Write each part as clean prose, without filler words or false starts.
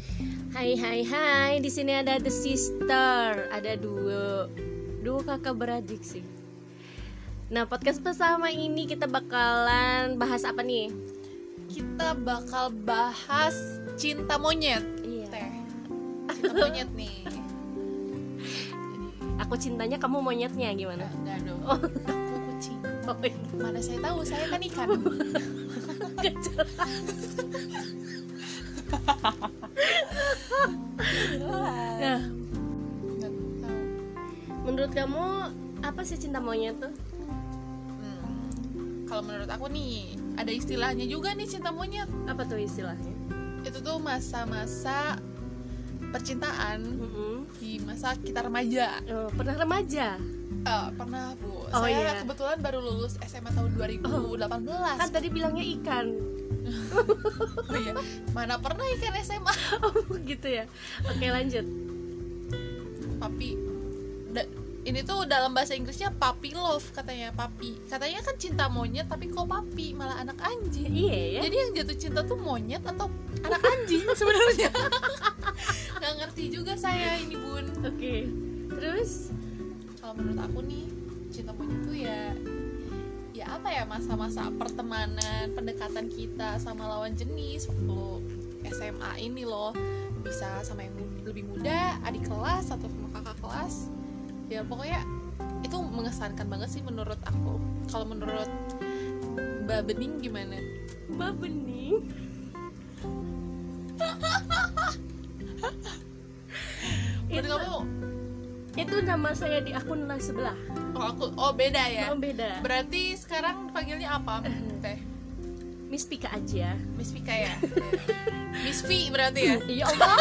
Hai hai hai, di sini ada The Sister, ada dua kakak beradik sih. Nah, podcast pertama ini kita bakalan bahas apa nih? Kita bakal bahas cinta monyet. Iya. Cinta monyet nih. Aku cintanya, kamu monyetnya gimana? Enggak dong. Oh. Aku kucing. Oh, iya. Mana saya tahu, saya kan ikan. Gak jelas. Nah, Nggak tahu. menurut kamu apa sih cinta monyet tuh? Kalau menurut aku nih, ada istilahnya juga nih cinta monyet. Apa tuh istilahnya? Itu tuh masa-masa percintaan di masa kita remaja. Oh, pernah remaja? Pernah Bu. Oh, Saya iya. kebetulan baru lulus SMA tahun 2018. Kan tadi bilangnya ikan. Oh iya, mana pernah ikan SMA. Oh gitu ya. Oke, lanjut. Papi. Ini tuh dalam bahasa Inggrisnya puppy love katanya. Papi. Katanya kan cinta monyet, tapi kok papi malah anak anjing. Iya ya. Jadi yang jatuh cinta tuh monyet atau anak anjing sebenarnya. Nggak ngerti juga saya ini Bun. Oke. Terus? Kalau menurut aku nih, cinta monyet tuh ya apa ya, masa-masa pertemanan, pendekatan kita sama lawan jenis waktu SMA ini loh. Bisa sama yang lebih muda, adik kelas atau sama kakak kelas. Ya pokoknya itu mengesankan banget sih menurut aku. Kalau menurut Mbak Bening gimana? Mbak Bening. Menurut kamu? Itu nama saya di akun sebelah. Oh beda ya? Oh, beda. Berarti sekarang panggilnya apa? Teh? Miss Pika aja. Miss Vika ya? Miss V berarti ya? Ya Allah.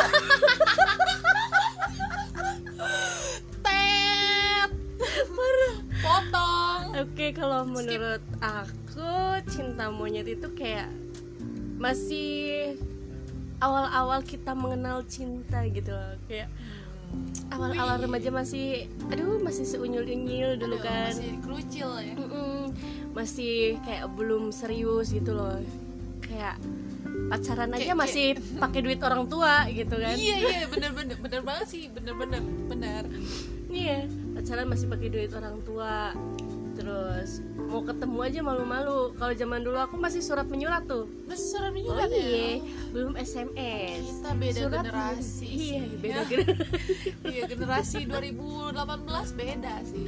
Tet! Potong! Oke, kalau menurut aku cinta monyet itu kayak masih awal-awal kita mengenal cinta gitu loh. Kayak awal-awal remaja masih seunyil-unyil dulu kan. Masih kerucil ya? Masih kayak belum serius gitu loh. Kayak pacaran aja masih pakai duit orang tua gitu kan. Iya bener banget sih, bener. Iya, pacaran masih pakai duit orang tua. Terus mau ketemu aja malu-malu. Kalau zaman dulu aku masih surat menyurat tuh. Masih surat menyurat ya? Iya, belum SMS. Kita beda Surat generasi Iya, sih, beda ya. generasi. Iya, generasi 2018 beda sih.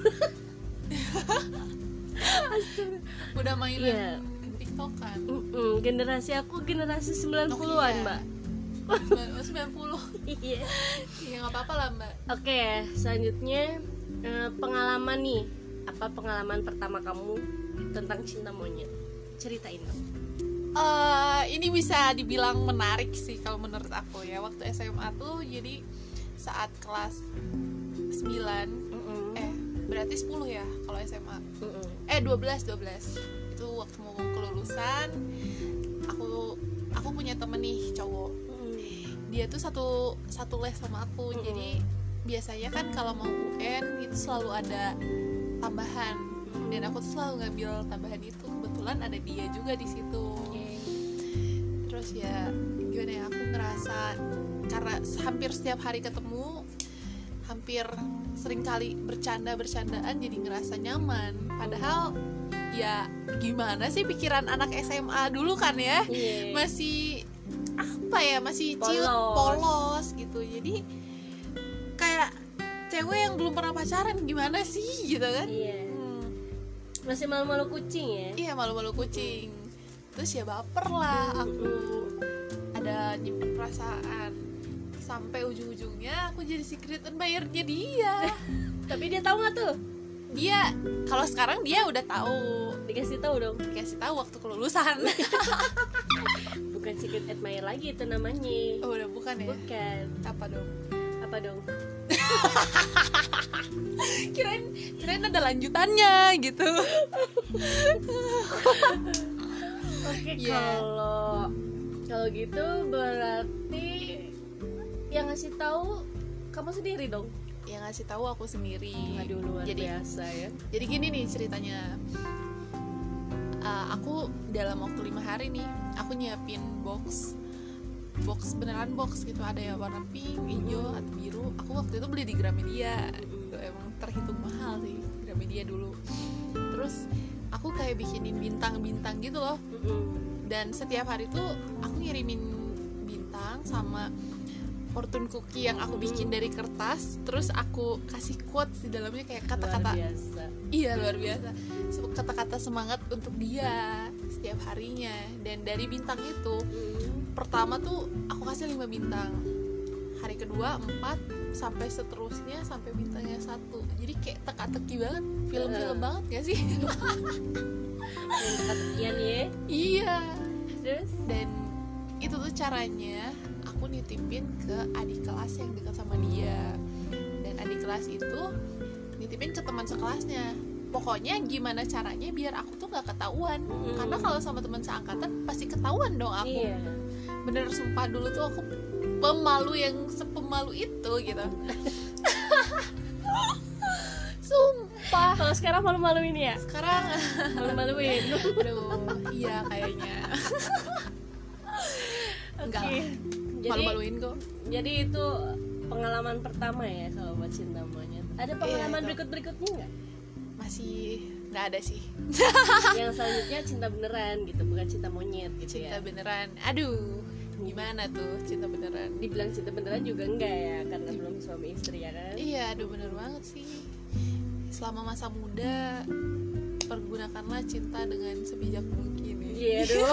Udah mainan Iya. TikTokan. Generasi aku generasi 90-an, Iya. Mbak. 90. Iya. Iya, nggak apa-apa lah Mbak. Oke, selanjutnya pengalaman nih. Apa pengalaman pertama kamu tentang cinta monyet? Ceritain dong. Ini bisa dibilang menarik sih kalau menurut aku ya. Waktu SMA tuh jadi saat kelas 9 berarti 10 ya kalau SMA. 12 itu waktu mau kelulusan. Aku punya temen nih cowok. Dia tuh satu les sama aku. Jadi biasanya kan kalau mau UN itu selalu ada tambahan, dan aku tuh selalu ngambil tambahan itu. Kebetulan ada dia juga di situ. Terus ya gimana ya, aku ngerasa karena hampir setiap hari ketemu, hampir sering kali bercandaan, jadi ngerasa nyaman. Padahal ya gimana sih pikiran anak SMA dulu kan ya, masih apa ya, masih ciut, polos gitu. Jadi kayak cewek yang belum pernah pacaran gimana sih gitu kan. Masih malu-malu kucing ya. Iya, malu-malu kucing. Terus ya baper lah aku, ada nyimpen perasaan. Sampai ujung-ujungnya aku jadi secret admirer-nya dia. Tapi dia tahu nggak tuh? Dia kalau sekarang dia udah tahu. Dikasih tahu dong. Dikasih tahu waktu kelulusan. Bukan secret admirer lagi itu namanya. Oh, udah bukan ya? Bukan. Apa dong? Kirain ada lanjutannya gitu. Oke, Yeah. kalau gitu berarti yang ngasih tahu kamu sendiri dong. Yang ngasih tahu aku sendiri. Aduh, luar biasa ya. Jadi gini nih ceritanya. Aku dalam waktu 5 hari nih, aku nyiapin box box beneran box gitu, ada yang warna pink, hijau atau biru. Aku waktu itu beli di Gramedia gitu, emang terhitung mahal sih Gramedia dulu. Terus aku kayak bikinin bintang-bintang gitu loh, dan setiap hari tuh aku ngirimin bintang sama fortune cookie yang aku bikin dari kertas. Terus aku kasih quotes di dalamnya kayak kata-kata luar biasa, kata-kata semangat untuk dia setiap harinya. Dan dari bintang itu pertama tuh aku kasih 5 bintang, hari kedua 4, sampai seterusnya sampai bintangnya 1. Jadi kayak teka-teki banget, film-film banget gak sih? Teka-tekian ya. Iya. Terus? Dan itu tuh caranya aku nitipin ke adik kelas yang dekat sama dia, dan adik kelas itu nitipin ke teman sekelasnya. Pokoknya gimana caranya biar aku tuh gak ketahuan, karena kalau sama teman seangkatan pasti ketahuan dong aku. Bener, sumpah dulu tuh aku pemalu yang sepemalu itu gitu. Sumpah. Kalau sekarang malu-maluin ya? Sekarang malu-maluin. Aduh, iya kayaknya. Enggak lah, malu-maluin kok. Jadi itu pengalaman pertama ya kalau buat cinta monyet. Ada pengalaman berikut-berikutnya nggak? Masih nggak ada sih. Yang selanjutnya cinta beneran gitu, bukan cinta monyet gitu. Cinta beneran, aduh, gimana tuh cinta beneran? Dibilang cinta beneran juga enggak ya, karena belum suami istri ya kan? Iya, aduh bener banget sih. Selama masa muda pergunakanlah cinta dengan sebijak mungkin ya. Iya aduh.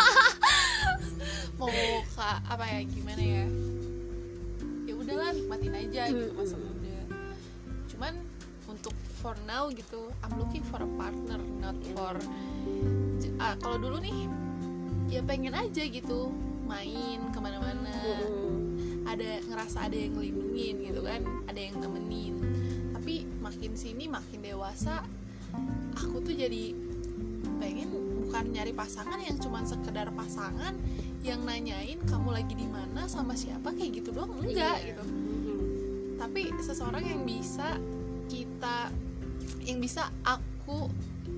Mau apa ya, gimana ya? Ya udahlah, nikmatin aja gitu masa muda. Cuman untuk for now gitu, I'm looking for a partner, not for kalau dulu nih ya pengen aja gitu main kemana-mana, ngerasa ada yang ngelindungin gitu kan, ada yang nemenin. Tapi makin sini makin dewasa, aku tuh jadi pengen bukan nyari pasangan yang cuma sekedar pasangan yang nanyain kamu lagi di mana sama siapa kayak gitu doang, enggak gitu. Tapi seseorang yang bisa aku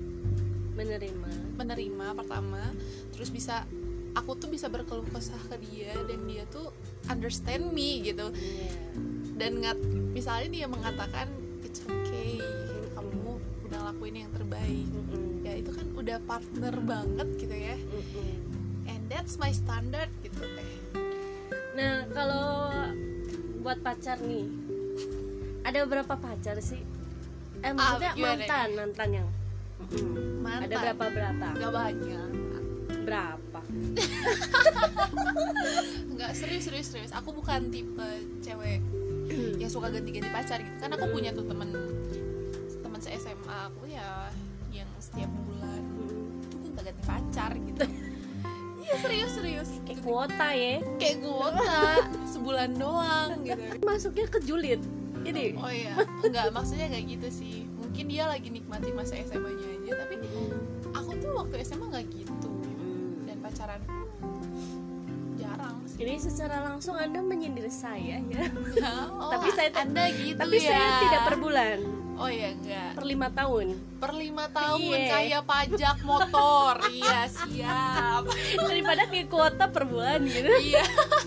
menerima pertama, terus aku tuh bisa berkeluh kesah ke dia dan dia tuh understand me gitu. Dan misalnya dia mengatakan it's okay, kamu udah lakuin yang terbaik, ya itu kan udah partner banget gitu ya. And that's my standard gitu teh. Nah kalau buat pacar nih, ada berapa pacar sih? Maksudnya mantan yang mantan. Ada berapa? Gak banyak. Berapa? Enggak, serius. Aku bukan tipe cewek yang suka ganti-ganti pacar gitu. Kan aku punya tuh teman se-SMA aku ya, yang setiap bulan itu gonta-ganti pacar gitu. Iya, serius. Kayak kuota ya? Kayak kuota sebulan doang gitu. Masuknya ke julid. Jadi oh iya, enggak, maksudnya kayak gitu sih. Mungkin dia lagi nikmatin masa SMA-nya aja, tapi aku tuh waktu SMA nggak gitu. Dan pacaran jarang sih. Jadi secara langsung Anda menyindir saya ya. Oh, tapi saya Anda gitu tapi ya. Saya tidak per bulan. Oh iya, enggak. Per 5 tahun. Per 5 tahun kayak pajak motor. Iya, siap. Daripada kayak kuota per bulan gitu. Iya.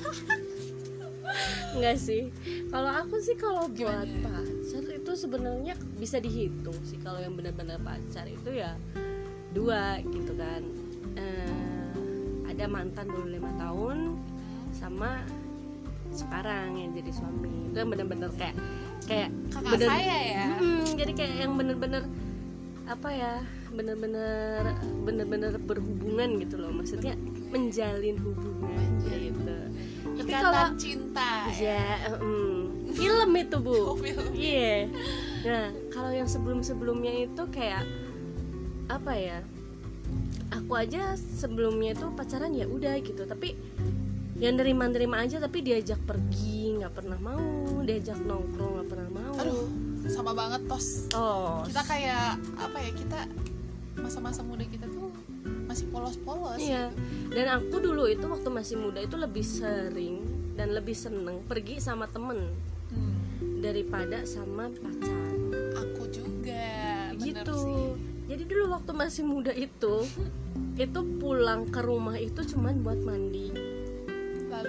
Enggak sih. Kalau aku sih kalau buat pacar itu sebenarnya bisa dihitung sih. Kalau yang benar-benar pacar itu ya 2 gitu kan. Ada mantan dulu 5 tahun sama sekarang yang jadi suami. Itu yang benar-benar kayak kakak saya ya. Jadi kayak yang benar-benar apa ya? Benar-benar berhubungan gitu loh. Maksudnya menjalin hubungan gitu. Ikatan cinta ya. Film itu Bu. Iya. Nah kalau yang sebelumnya itu kayak apa ya, aku aja sebelumnya itu pacaran ya udah gitu, tapi yang nerima aja, tapi diajak pergi nggak pernah mau, diajak nongkrong nggak pernah mau. Aduh, sama banget tos. Kita kayak apa ya, kita masa-masa muda kita tuh masih polos-polos. Iya. Dan aku dulu itu waktu masih muda itu lebih sering dan lebih seneng pergi sama temen daripada sama pacar. Aku juga gitu sih. Jadi dulu waktu masih muda itu pulang ke rumah itu cuman buat mandi, lalu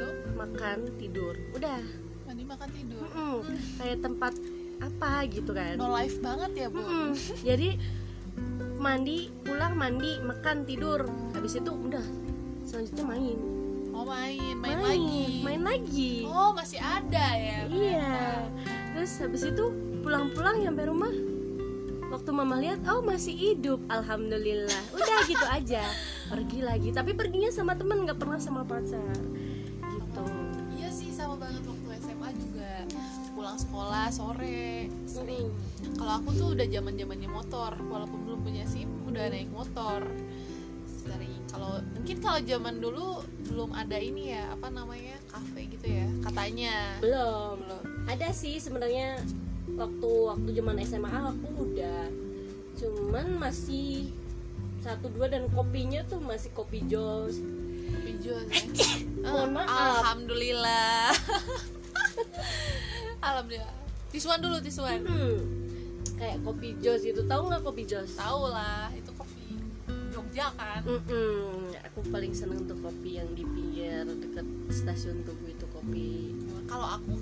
makan, tidur, udah. Mandi makan tidur. Kayak tempat apa gitu kan. No life banget ya, Bu. Jadi mandi, pulang mandi, makan, tidur. Habis itu udah selanjutnya main. Oh, main lagi. Main lagi. Oh, masih ada ya. Iya. Terus habis itu pulang-pulang nyampe rumah, waktu mama lihat, oh masih hidup, alhamdulillah. Udah gitu aja. Pergi lagi, tapi perginya sama temen, nggak pernah sama pacar. Gitu. Iya sih, sama banget waktu SMA juga. Pulang sekolah sore sering. Kalau aku tuh udah zamannya motor, walaupun belum punya SIM udah naik motor sering. Kalau zaman dulu belum ada ini ya, apa namanya, kafe gitu ya katanya. Belum. Ada sih sebenarnya waktu zaman SMA aku udah, cuman masih 1-2 dan kopinya tuh masih kopi jos. Kopi jos ya. Mohon maaf. Alhamdulillah. Alhamdulillah. Tisuan. Kayak kopi jos gitu, tahu nggak kopi jos? Tahu lah, itu kopi Jogja kan. Aku paling seneng tuh kopi yang di pinggir deket stasiun Tugu itu kopi. Kalau aku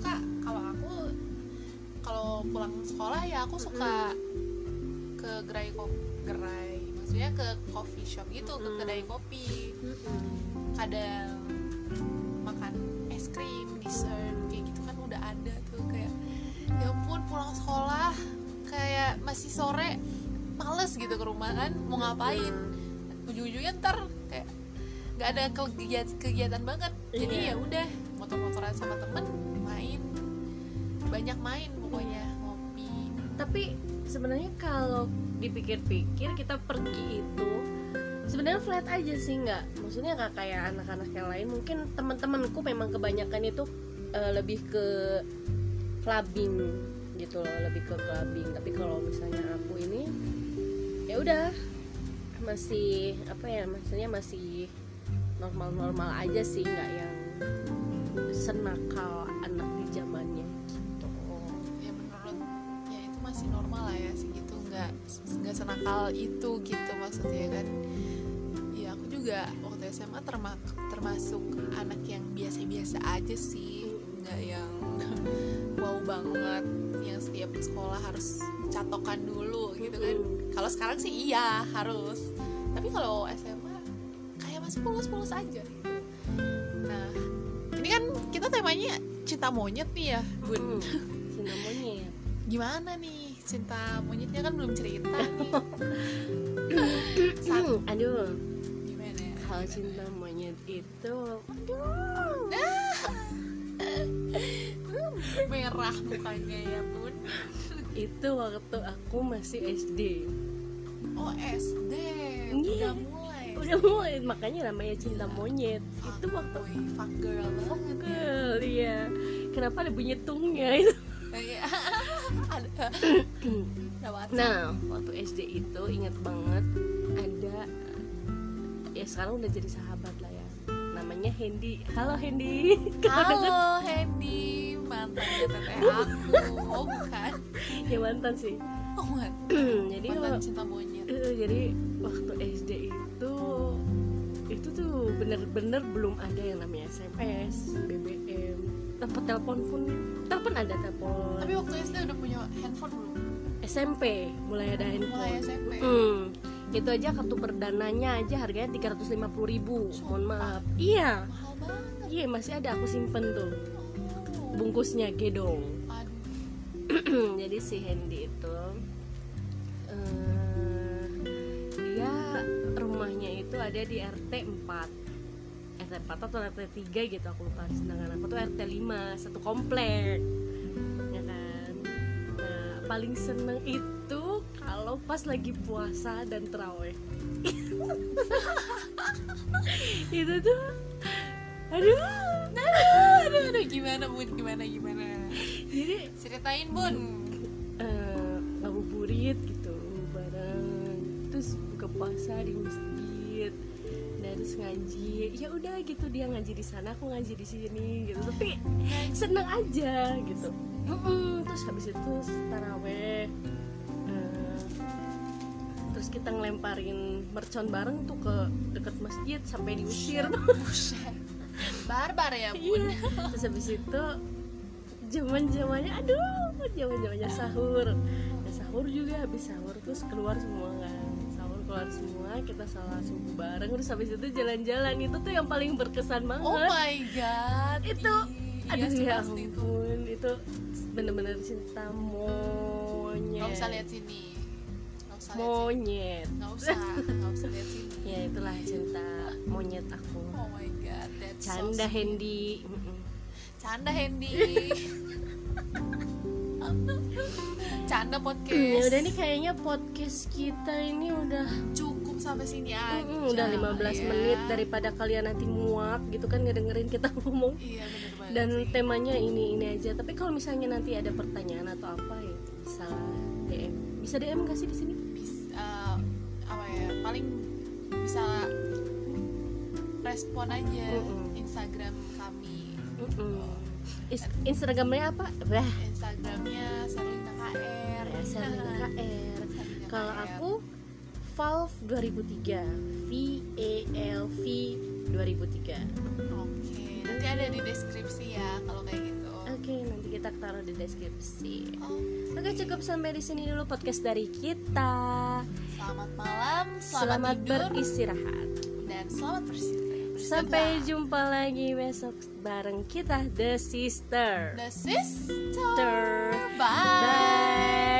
kalau pulang sekolah ya aku suka ke gerai, maksudnya ke coffee shop gitu, ke kedai kopi. Kadang makan es krim, dessert kayak gitu kan udah ada tuh. Kayak ya ampun, pulang sekolah kayak masih sore, males gitu ke rumah kan, mau ngapain, ujung-ujungnya ntar kayak nggak ada kegiatan banget. Jadi ya udah motor-motoran sama temen, banyak main pokoknya, ngopi. Tapi sebenarnya kalau dipikir-pikir, kita pergi itu sebenarnya flat aja sih, maksudnya nggak kayak anak-anak yang lain. Mungkin teman-temanku memang kebanyakan itu lebih ke clubbing gitu loh, lebih ke clubbing. Tapi kalau misalnya aku ini ya udah masih maksudnya masih normal-normal aja sih, nggak yang senakal anak di zamannya gitu. Ya menurut ya itu masih normal lah ya segitu, nggak senakal itu gitu maksudnya kan. Ya aku juga waktu SMA termasuk anak yang biasa-biasa aja sih, nggak yang wow banget yang setiap sekolah harus catokan dulu gitu kan. Kalau sekarang sih iya harus, tapi kalau SMA kayak masih polos-polos aja gitu. Nah ini kan kita temanya cinta monyet nih ya, Bun. Cinta monyet. Gimana nih cinta monyetnya, kan belum cerita nih. Aduh, Gimana ya? kalau cinta monyet itu, merah mukanya ya, Bun. itu waktu aku masih SD. Oh SD, Iya. Udah mulai, makanya namanya cinta monyet. Itu waktu fuck girl banget. Girl, iya. Kenapa ada bunyi tungnya itu? Iya. Ada WhatsApp. Nah, waktu SD itu ingat banget ada, ya sekarang udah jadi sahabat lah ya, namanya Hendy. Halo Hendy. Halo Hendy, mantannya teteh aku. Oh bukan. Ya mantan sih. Oh mantan. Jadi Mantan cinta monyet. jadi waktu SD itu tuh bener-bener belum ada yang namanya SMS, BBM, telepon ada telepon. Tapi waktu SD udah punya handphone belum? SMP mulai ada handphone. Mulai SMP. Itu aja kartu perdananya aja harganya 350.000. Mohon maaf. Iya. Mahal banget. Iya, masih ada, aku simpen tuh. Bungkusnya gedong. Aduh. Jadi si Hendy itu dia rumahnya itu ada di RT 4 atau RT 3 gitu, aku lupa. Sedangkan aku tuh RT 5, satu komplek ya kan. Nah paling seneng itu kalau pas lagi puasa dan taraweh. Itu tuh aduh Gimana Bun, gimana jadi ceritain Bun. ngabuburit gitu bareng, terus buka puasa di masjid, dan terus ngaji. Ya udah gitu, dia ngaji di sana, aku ngaji di sini gitu, tapi seneng aja gitu. Terus habis itu taraweh, terus kita ngelemparin mercon bareng tuh ke dekat masjid sampai diusir. barbar ya bun. Iya. Terus habis itu zaman-zamannya zaman-zamannya sahur. Ya, sahur juga habis sahur terus keluar semua kan. Sahur keluar semua, kita salat subuh bareng terus habis itu jalan-jalan. Itu tuh yang paling berkesan banget. Oh my god. Itu iya sih, ya pasti itu. ampun, itu bener-bener cinta monyet. Nggak usah lihat sini. Monyet. Nggak usah lihat sini. Ya itulah cinta monyet aku. Oh my god, that's Canda so sweet. Hendy. Canda Hendy. Canda Ya podcast. udah nih kayaknya podcast kita ini udah Cukup sampai sini aja. udah 15 ya. menit daripada kalian nanti muak gitu kan ngedengerin kita ngomong. Iya bener banget Dan sih. temanya ini aja. Tapi kalau misalnya nanti ada pertanyaan atau apa ya bisa DM. Bisa DM nggak sih di sini? Apa ya, paling bisa respon aja Instagram kami. Instagramnya apa? Wah, Instagramnya Serlina KR. ya Serlina KR. Serlina Kalau KR. aku Valve 2003, VALV 2003. Oke, nanti ada di deskripsi ya kalau kayak gitu. Oke, nanti kita taruh di deskripsi. Oh, Oke, cukup sampai di sini dulu podcast dari kita. selamat malam, Selamat tidur, beristirahat. dan selamat beristirahat. Sampai jumpa lagi besok bareng kita The Sister. The Sister. Bye. Bye.